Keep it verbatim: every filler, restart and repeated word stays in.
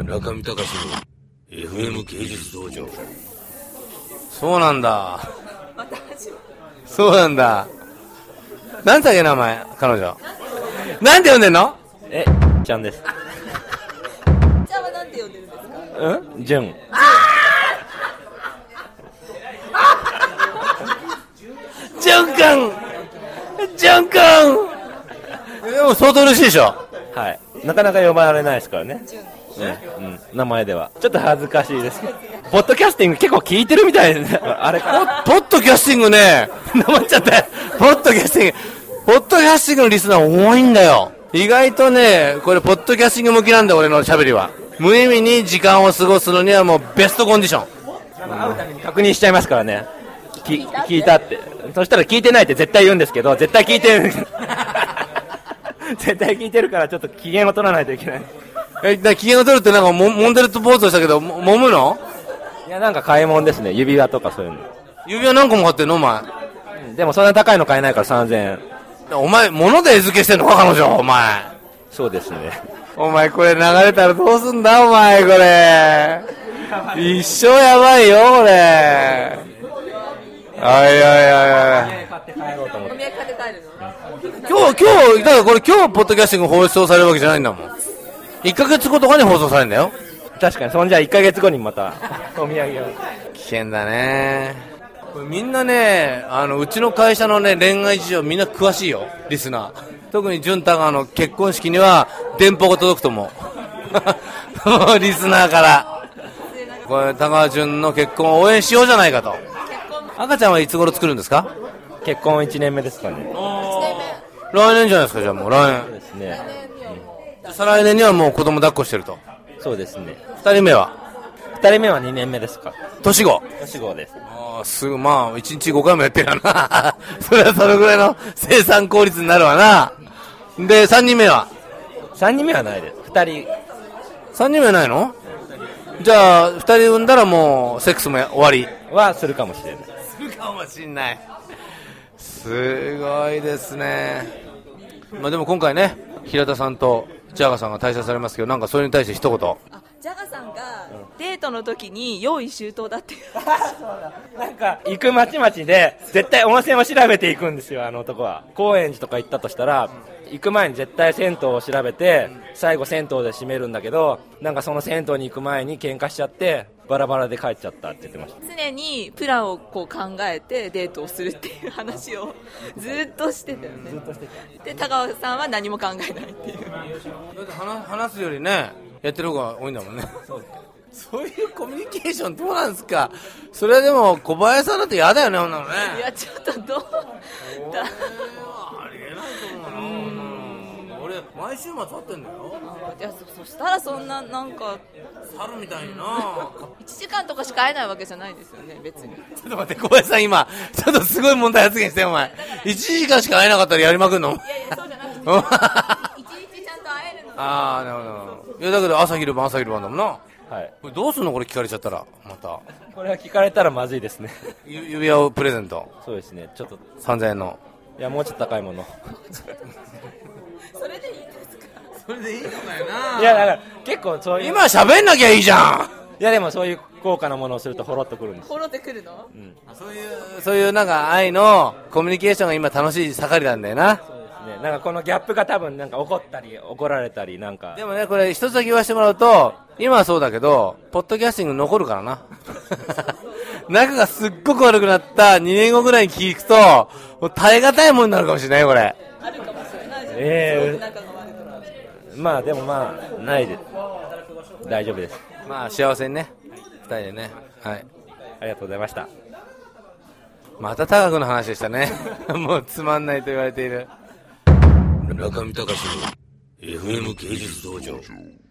中見隆の エフエム 芸術道場。そうなんだ。そうなんだ。なんだっけ名前、彼女。なんて呼んでんの？ え、ちゃんです。 ちゃんはなんて呼んでるんですか？ うん？じゅん。 じゅんくんじゅんくんでも相当嬉しいでしょ。 はい。なかなか呼ばれないですからね。ね、うん、名前ではちょっと恥ずかしいですけど、ポッドキャスティング結構聞いてるみたいですね。あれかポッドキャスティングね、なまっちゃったよ。ポッドキャスティング、ポッドキャスティングのリスナー多いんだよ。意外とね、これポッドキャスティング向きなんだ、俺の喋りは。無意味に時間を過ごすのにはもうベストコンディション。 会うために確認しちゃいますからね。き聞いたって。そしたら聞いてないって絶対言うんですけど、絶対聞いてる絶対聞いてるからちょっと機嫌を取らないといけない。 え、だ機嫌を取るってなんかも揉んでるとポーズをしたけど、も揉むの？ いや、なんか買い物ですね。指輪とかそういうの。 指輪何個も買ってんのお前。 でもそんな高いの買えないからさんぜんえん。 お前物で餌付けしてんのか彼女、お前。 そうですね。 お前これ流れたらどうすんだお前これ。一生やばいよこれ。はいはいはいはい。 お土産買って帰るの？ 今日、今日、だからこれ今日ポッドキャスティング放送されるわけじゃないんだもん。いっかげつごとかに放送されるんだよ。 確かに、そんじゃいっかげつごにまたお土産を。 危険だね。これみんなね、あのうちの会社のね恋愛事情みんな詳しいよ、リスナー。特に潤太がの結婚式には電報が届くと思う。リスナーからこれ高橋潤の結婚を応援しようじゃないかと。赤ちゃんはいつ頃作るんですか？ 結婚いちねんめですかね。 来年じゃないですか。じゃあもう来年。そうですね。うん、再来年にはもう子供抱っこしてると。 そうですね。 ふたりめは？ ふたりめはにねんめですか。 年子。 年子です。 ああ、すぐ、まあいちにちごかいもやってるよな。それはそのぐらいの生産効率になるわな。でさんにんめは？ さんにんめはないです。ふたり。 さんにんめはないの？じゃあふたり産んだらもうセックスも終わりはするかもしれない。 するかもしれない。すごいですね。まあでも今回ね、平田さんとジャガさんが退社されますけど、なんかそれに対して一言。 あ、ジャガさんがデートの時に用意周到だっていう。 そうだ。なんか行く町々で絶対温泉を調べていくんですよ、あの男は。高円寺とか行ったとしたら、行く前に絶対銭湯を調べて最後銭湯で締めるんだけど、なんかその銭湯に行く前に喧嘩しちゃってバラバラで帰っちゃったって言ってました。 常にプランをこう考えてデートをするっていう話をずっとしてたよね。 ずっとしてた。で高尾さんは何も考えないっていう。 だって話、話すよりねやってる方が多いんだもんね。そうそういうコミュニケーションどうなんですか。それはでも小林さんだって嫌だよね、ほんなのね。 いやちょっとどうだ、 ありえないと思うな。俺毎週末会ってんだよ。 いや そ, そしたらそんななんか猿みたいにな。 いちじかんとかしか会えないわけじゃないですよね、別に。 ちょっと待って、小林さん今ちょっとすごい問題発言してお前いちじかんしか会えなかったらやりまくんの？いやいやそうじゃなくていちにちちゃんと会えるの。ああなるほど。いやだけど朝昼晩朝昼晩だもんな。はい。これどうすんのこれ聞かれちゃったら。またこれは聞かれたらまずいですね。 指輪をプレゼント。 そうですね。ちょっとさんぜんえんの。 いやもうちょっと高いもの。 それでいいですか？ それでいいのかよな。 いやだから結構そういう今喋んなきゃいいじゃん。 いやでもそういう高価なものをするとほろっとくるんです。 ほろってくるの？ うん。 そういうそういうなんか愛のコミュニケーションが今楽しい盛りなんだよな。 そうですね。なんかこのギャップが多分なんか怒ったり怒られたりなんか。 でもねこれ一つだけ言わせてもらうと、今はそうだけどポッドキャスティング残るからな。仲がすっごく悪くなったにねんごぐらいに聞くともう耐え難いものになるかもしれないよこれ。 あるかもしれないじゃん。 え仲が悪くなる。 えー、まあでもまあないです。大丈夫です。 まあ幸せにねふたりでね。はい。 ありがとうございました。 また高くの話でしたね。もうつまんないと言われている中見隆の エフエム 芸術道場。